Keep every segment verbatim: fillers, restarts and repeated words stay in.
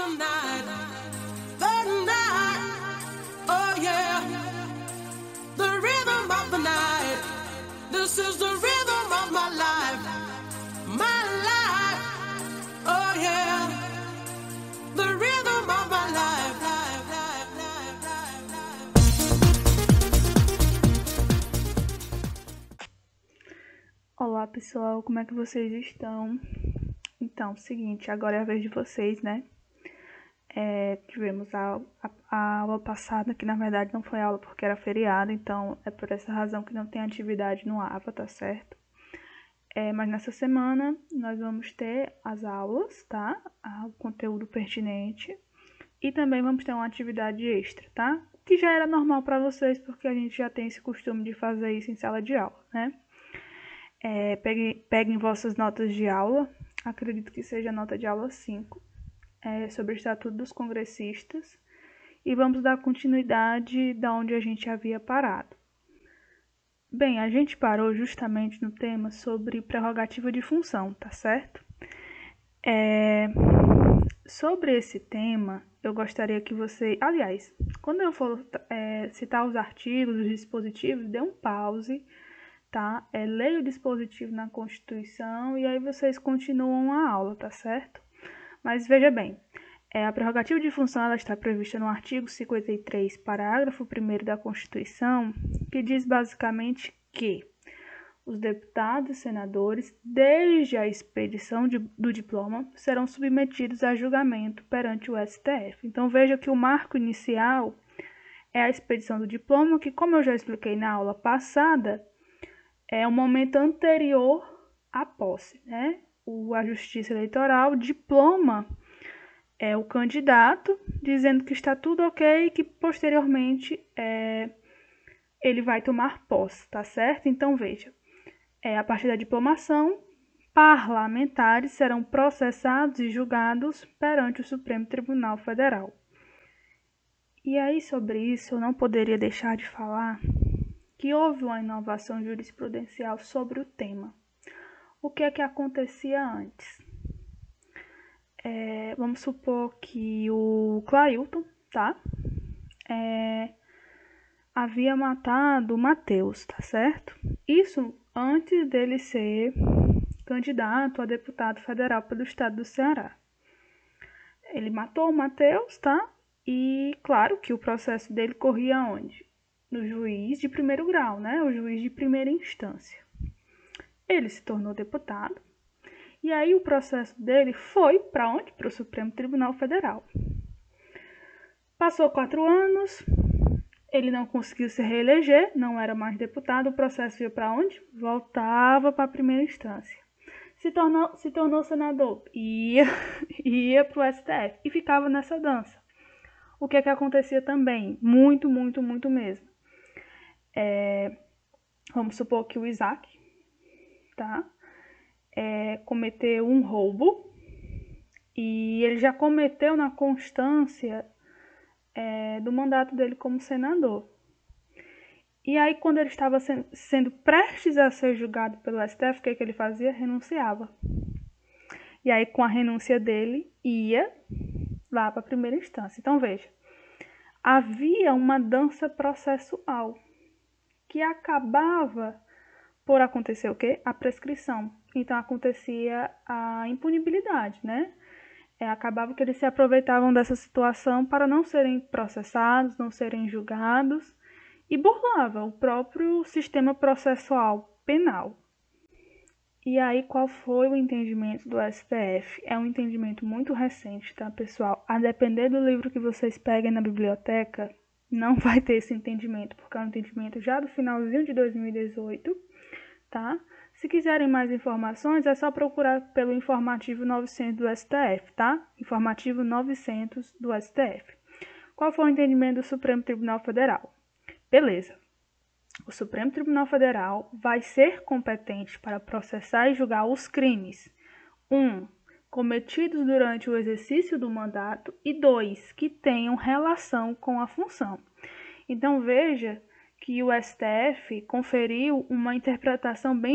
the night, the night, oh yeah, the rhythm of the night. This is the rhythm of my life, my life, oh yeah, the rhythm of my life, life, life, life, life, life. Olá pessoal, como é que vocês estão? Então, seguinte, agora é a vez de vocês, né? É, tivemos a, a, a aula passada, que na verdade não foi aula porque era feriado, então é por essa razão que não tem atividade no AVA, tá certo? É, mas nessa semana nós vamos ter as aulas, tá? O conteúdo pertinente e também vamos ter uma atividade extra, tá? Que já era normal para vocês porque a gente já tem esse costume de fazer isso em sala de aula, né? É, peguem, peguem vossas notas de aula, acredito que seja a nota de aula cinco, é, sobre o Estatuto dos Congressistas, e vamos dar continuidade da onde a gente havia parado. Bem, a gente parou justamente no tema sobre prerrogativa de função, tá certo? É, sobre esse tema, eu gostaria que você... Aliás, quando eu for é, citar os artigos, os dispositivos, dê um pause, tá? É, leia o dispositivo na Constituição e aí vocês continuam a aula, tá certo? Mas veja bem, é, a prerrogativa de função ela está prevista no artigo cinquenta e três, parágrafo primeiro da Constituição, que diz basicamente que os deputados e senadores, desde a expedição de, do diploma, serão submetidos a julgamento perante o S T F. Então veja que o marco inicial é a expedição do diploma, que, como eu já expliquei na aula passada, é o momento anterior à posse, né? O, a Justiça Eleitoral diploma é o candidato, dizendo que está tudo ok e que posteriormente é, ele vai tomar posse, tá certo? Então veja, é, a partir da diplomação, parlamentares serão processados e julgados perante o Supremo Tribunal Federal. E aí sobre isso eu não poderia deixar de falar que houve uma inovação jurisprudencial sobre o tema. O que é que acontecia antes? É, vamos supor que o Clailton, tá? É, havia matado o Matheus, tá certo? Isso antes dele ser candidato a deputado federal pelo estado do Ceará. Ele matou o Matheus, tá? E claro que o processo dele corria onde? No juiz de primeiro grau, né? O juiz de primeira instância. Ele se tornou deputado. E aí o processo dele foi para onde? Para o Supremo Tribunal Federal. Passou quatro anos, ele não conseguiu se reeleger, não era mais deputado, o processo ia para onde? Voltava para a primeira instância. Se tornou, se tornou senador, ia, ia para o S T F e ficava nessa dança. O que é que acontecia também? Muito, muito, muito mesmo. É, vamos supor que o Isaac, tá? É, cometeu um roubo e ele já cometeu na constância é, do mandato dele como senador. E aí, quando ele estava sendo, sendo prestes a ser julgado pelo S T F, o que, que ele fazia? Renunciava. E aí, com a renúncia dele, ia lá para a primeira instância. Então, veja, havia uma dança processual que acabava por acontecer o quê? A prescrição. Então, acontecia a impunibilidade, né? É, acabava que eles se aproveitavam dessa situação para não serem processados, não serem julgados e burlava o próprio sistema processual penal. E aí, qual foi o entendimento do S T F? É um entendimento muito recente, tá, pessoal? A depender do livro que vocês peguem na biblioteca, não vai ter esse entendimento, porque é um entendimento já do finalzinho de dois mil e dezoito, tá? Se quiserem mais informações, é só procurar pelo informativo novecentos do S T F, tá? Informativo novecentos do S T F. Qual foi o entendimento do Supremo Tribunal Federal? Beleza. O Supremo Tribunal Federal vai ser competente para processar e julgar os crimes. Um, cometidos durante o exercício do mandato e dois, que tenham relação com a função. Então, veja que o S T F conferiu uma interpretação bem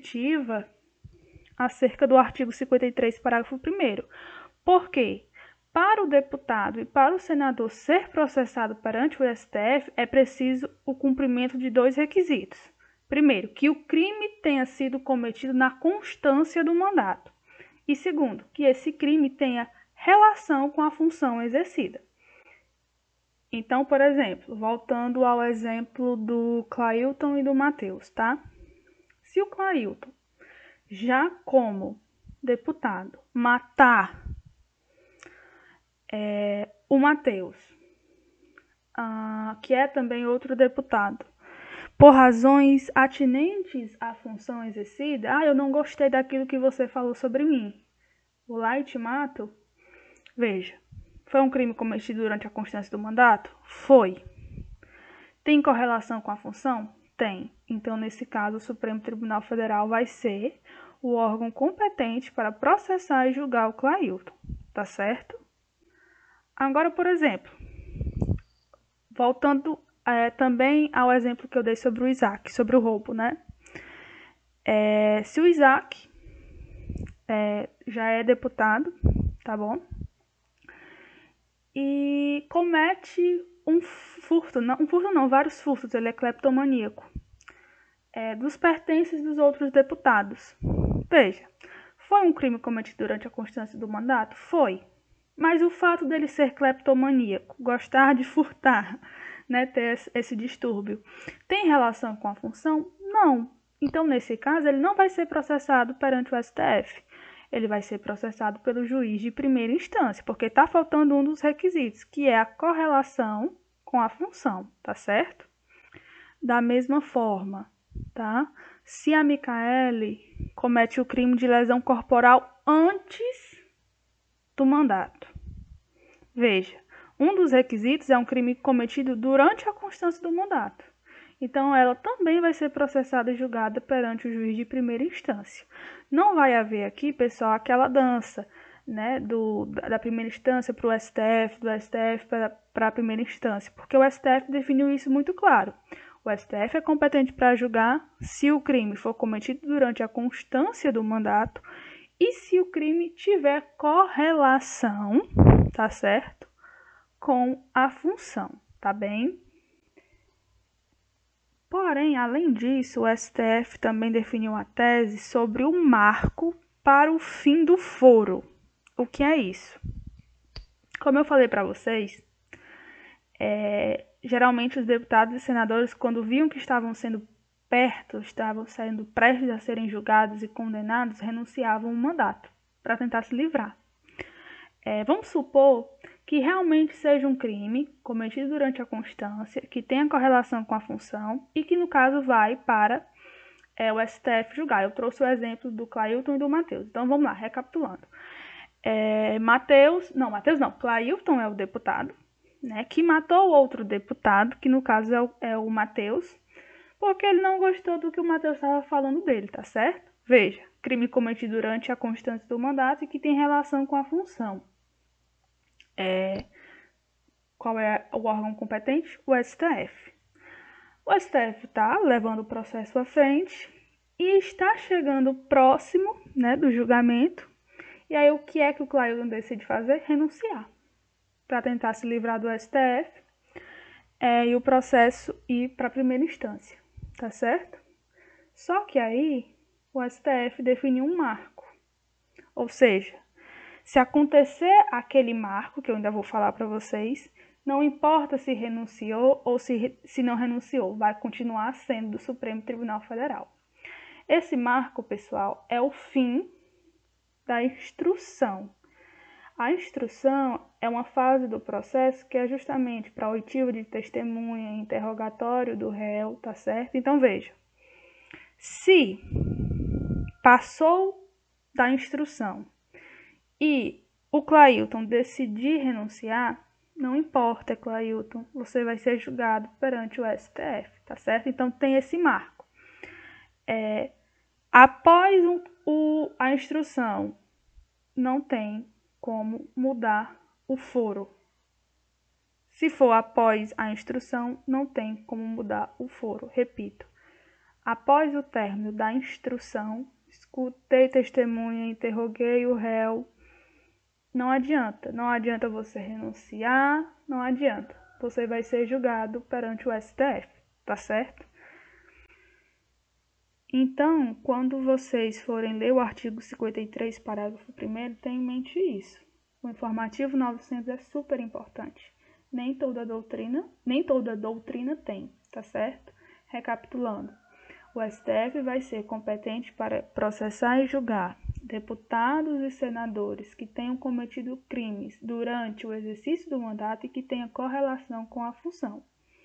restritiva acerca do artigo cinquenta e três, parágrafo primeiro. Por quê? Para o deputado e para o senador ser processado perante o S T F, é preciso o cumprimento de dois requisitos. Primeiro, que o crime tenha sido cometido na constância do mandato. E segundo, que esse crime tenha relação com a função exercida. Então, por exemplo, voltando ao exemplo do Clailton e do Matheus, tá? Se o Clailton, já como deputado, matar é, o Matheus, ah, que é também outro deputado, por razões atinentes à função exercida, ah, eu não gostei daquilo que você falou sobre mim, vou lá e te mato. Veja, foi um crime cometido durante a constância do mandato? Foi. Tem correlação com a função? Tem. Então, nesse caso, o Supremo Tribunal Federal vai ser o órgão competente para processar e julgar o Clailton, tá certo? Agora, por exemplo, voltando é, também ao exemplo que eu dei sobre o Isaac, sobre o roubo, né? É, se o Isaac é, já é deputado, tá bom? E comete um furto, não, um furto não, vários furtos, ele é cleptomaníaco, é, dos pertences dos outros deputados. Veja, foi um crime cometido durante a constância do mandato? Foi. Mas o fato dele ser cleptomaníaco, gostar de furtar, né, ter esse distúrbio, tem relação com a função? Não. Então, nesse caso, ele não vai ser processado perante o S T F. Ele vai ser processado pelo juiz de primeira instância, porque está faltando um dos requisitos, que é a correlação com a função, tá certo? Da mesma forma, tá? Se a Micaele comete o crime de lesão corporal antes do mandato. Veja, um dos requisitos é um crime cometido durante a constância do mandato. Então, ela também vai ser processada e julgada perante o juiz de primeira instância. Não vai haver aqui, pessoal, aquela dança, né, do, da primeira instância para o S T F, do S T F para a primeira instância, porque o S T F definiu isso muito claro. O S T F é competente para julgar se o crime for cometido durante a constância do mandato e se o crime tiver correlação, tá certo, com a função, tá bem? Porém, além disso, o S T F também definiu a tese sobre o marco para o fim do foro. O que é isso? Como eu falei para vocês, é, geralmente os deputados e senadores, quando viam que estavam sendo perto, estavam saindo prestes a serem julgados e condenados, renunciavam ao mandato para tentar se livrar. É, vamos supor que realmente seja um crime cometido durante a constância, que tenha correlação com a função e que, no caso, vai para é, o S T F julgar. Eu trouxe o exemplo do Clailton e do Matheus. Então, vamos lá, recapitulando. É, Matheus, não, Matheus não, Clailton é o deputado, né, que matou outro deputado, que no caso é o, é o Matheus, porque ele não gostou do que o Matheus estava falando dele, tá certo? Veja, crime cometido durante a constância do mandato e que tem relação com a função. É, qual é o órgão competente? O S T F. O S T F está levando o processo à frente e está chegando próximo, né, do julgamento. E aí o que é que o Clailton decide fazer? Renunciar para tentar se livrar do S T F é, e o processo ir para a primeira instância, tá certo? Só que aí o S T F definiu um marco, ou seja, se acontecer aquele marco, que eu ainda vou falar para vocês, não importa se renunciou ou se, se não renunciou, vai continuar sendo do Supremo Tribunal Federal. Esse marco, pessoal, é o fim da instrução. A instrução é uma fase do processo que é justamente para oitiva de testemunha, interrogatório do réu, tá certo? Então, veja, se passou da instrução e o Clailton decidir renunciar, não importa, Clailton, você vai ser julgado perante o S T F, tá certo? Então, tem esse marco. É, após o, o, a instrução, não tem como mudar o foro. Se for após a instrução, não tem como mudar o foro. Repito, após o término da instrução, escutei testemunha, interroguei o réu, não adianta. Não adianta você renunciar, não adianta. Você vai ser julgado perante o S T F, tá certo? Então, quando vocês forem ler o artigo cinquenta e três, parágrafo primeiro, tenham em mente isso. O informativo novecentos é super importante. Nem toda doutrina, nem toda doutrina tem, tá certo? Recapitulando, o S T F vai ser competente para processar e julgar deputados e senadores que tenham cometido crimes durante o exercício do mandato e que tenha correlação com a função.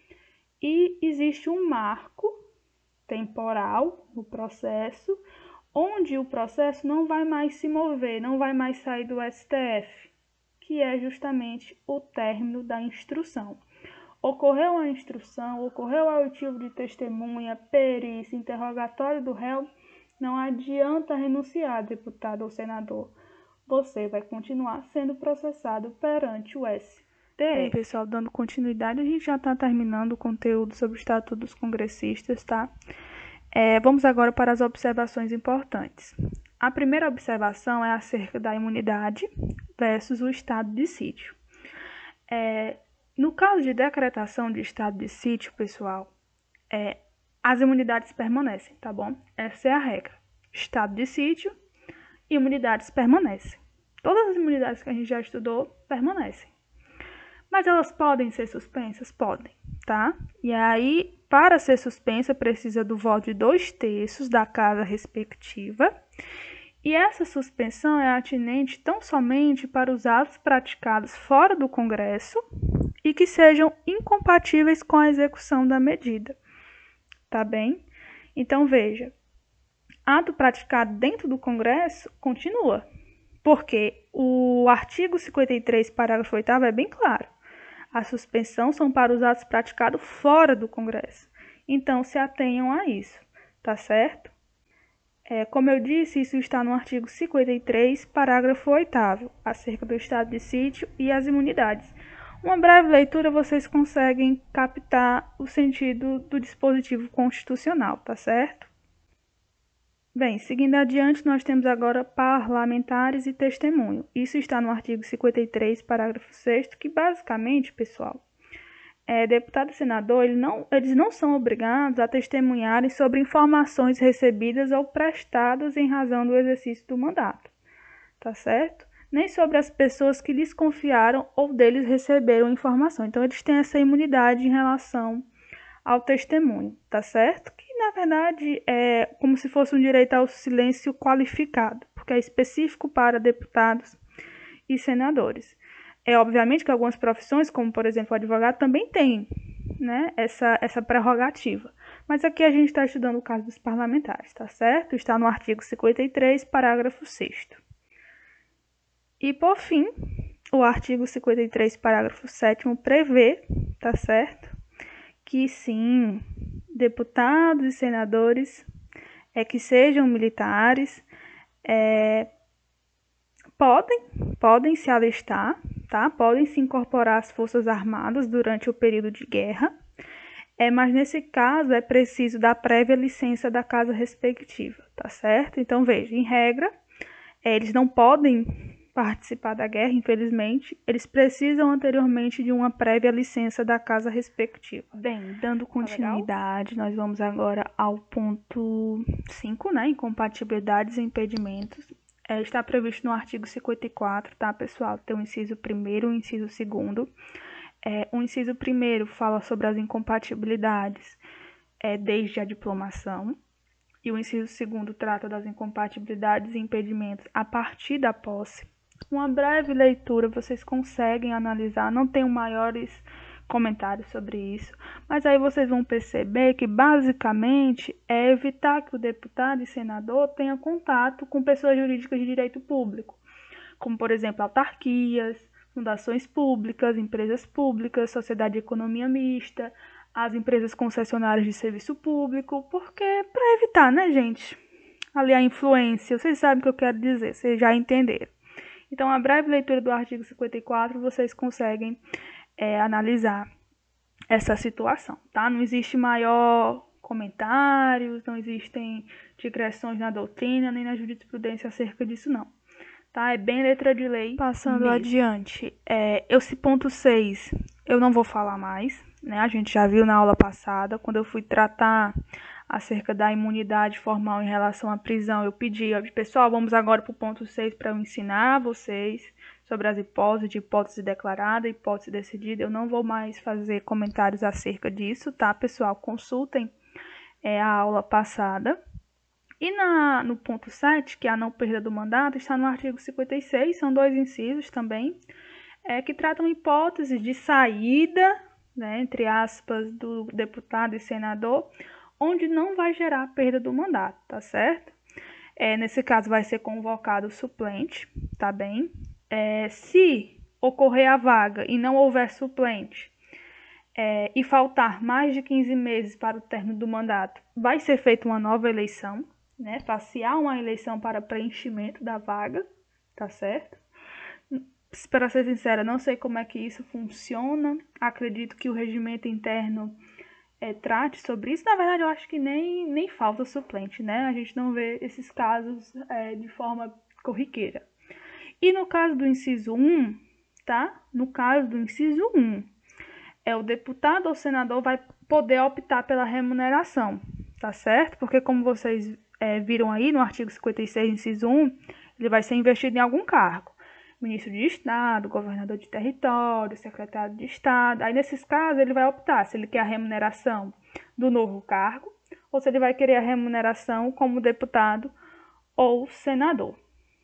E existe um marco temporal no processo, onde o processo não vai mais se mover, não vai mais sair do S T F, que é justamente o término da instrução. Ocorreu a instrução, ocorreu a oitiva de testemunha, perícia, interrogatório do réu, não adianta renunciar, deputado ou senador. Você vai continuar sendo processado perante o S T F. Bem, pessoal, dando continuidade, a gente já está terminando o conteúdo sobre o Estatuto dos Congressistas, tá? É, vamos agora para as observações importantes. A primeira observação é acerca da imunidade versus o estado de sítio. É, no caso de decretação de estado de sítio, pessoal, é, as imunidades permanecem, tá bom? Essa é a regra. Estado de sítio, imunidades permanecem. Todas as imunidades que a gente já estudou permanecem. Mas elas podem ser suspensas? Podem, tá? E aí, para ser suspensa, precisa do voto de dois terços da casa respectiva. E essa suspensão é atinente tão somente para os atos praticados fora do Congresso e que sejam incompatíveis com a execução da medida. Tá bem? Então, veja, ato praticado dentro do Congresso continua, porque o artigo cinquenta e três, parágrafo oitavo, é bem claro. A suspensão são para os atos praticados fora do Congresso. Então, se atenham a isso, tá certo? É, como eu disse, isso está no artigo cinquenta e três, parágrafo oitavo, acerca do estado de sítio e as imunidades. Uma breve leitura, vocês conseguem captar o sentido do dispositivo constitucional, tá certo? Bem, seguindo adiante, nós temos agora parlamentares e testemunho. Isso está no artigo cinquenta e três, parágrafo sexto, que basicamente, pessoal, é, deputado e senador, ele não, eles não são obrigados a testemunharem sobre informações recebidas ou prestadas em razão do exercício do mandato, tá certo? Nem sobre as pessoas que lhes confiaram ou deles receberam informação. Então, eles têm essa imunidade em relação ao testemunho, tá certo? Que, na verdade, é como se fosse um direito ao silêncio qualificado, porque é específico para deputados e senadores. É obviamente que algumas profissões, como, por exemplo, o advogado, também têm, né, essa, essa prerrogativa. Mas aqui a gente está estudando o caso dos parlamentares, tá certo? Está no artigo cinquenta e três, parágrafo sexto. E, por fim, o artigo cinquenta e três, parágrafo sétimo, prevê, tá certo? Que sim, deputados e senadores é, que sejam militares é, podem, podem se alistar, tá? Podem se incorporar às Forças Armadas durante o período de guerra, é, mas nesse caso é preciso da prévia licença da casa respectiva, tá certo? Então, veja, em regra, é, eles não podem participar da guerra, infelizmente, eles precisam anteriormente de uma prévia licença da casa respectiva. Bem, dando continuidade, nós vamos agora ao ponto cinco, né, incompatibilidades e impedimentos. É, está previsto no artigo cinquenta e quatro, tá, pessoal? Tem o inciso primeiro e o inciso segundo. É, o inciso primeiro fala sobre as incompatibilidades é, desde a diplomação. E o inciso segundo trata das incompatibilidades e impedimentos a partir da posse. Uma breve leitura vocês conseguem analisar, não tenho maiores comentários sobre isso, mas aí vocês vão perceber que basicamente é evitar que o deputado e senador tenha contato com pessoas jurídicas de direito público, como por exemplo autarquias, fundações públicas, empresas públicas, sociedade de economia mista, as empresas concessionárias de serviço público, porque para evitar, né, gente, ali a influência, vocês sabem o que eu quero dizer, vocês já entenderam. Então, a breve leitura do artigo cinquenta e quatro, vocês conseguem é, analisar essa situação, tá? Não existe maior comentários, não existem digressões na doutrina, nem na jurisprudência acerca disso, não, tá? É bem letra de lei. Passando mesmo. adiante, é, esse ponto seis eu não vou falar mais, né? A gente já viu na aula passada, quando eu fui tratar acerca da imunidade formal em relação à prisão, eu pedi, ó, pessoal, vamos agora para o ponto seis para eu ensinar vocês sobre as hipóteses, de hipótese declarada, hipótese decidida. Eu não vou mais fazer comentários acerca disso, tá, pessoal? Consultem é, a aula passada. E na, no ponto sete, que é a não perda do mandato, está no artigo cinquenta e seis, são dois incisos também, é, que tratam hipóteses de saída, né, entre aspas, do deputado e senador, onde não vai gerar perda do mandato, tá certo? É, nesse caso vai ser convocado o suplente, tá bem? É, se ocorrer a vaga e não houver suplente, é, e faltar mais de quinze meses para o término do mandato, vai ser feita uma nova eleição, né? Facear uma eleição para preenchimento da vaga, tá certo? Para ser sincera, não sei como é que isso funciona. Acredito que o regimento interno é, trate sobre isso. Na verdade, eu acho que nem, nem falta suplente, né? A gente não vê esses casos é, de forma corriqueira. E no caso do inciso um, tá? No caso do inciso um, é o deputado ou senador vai poder optar pela remuneração, tá certo? Porque como vocês é, viram aí no artigo cinquenta e seis, inciso um, ele vai ser investido em algum cargo. Ministro de Estado, governador de território, secretário de Estado. Aí, nesses casos, ele vai optar se ele quer a remuneração do novo cargo ou se ele vai querer a remuneração como deputado ou senador,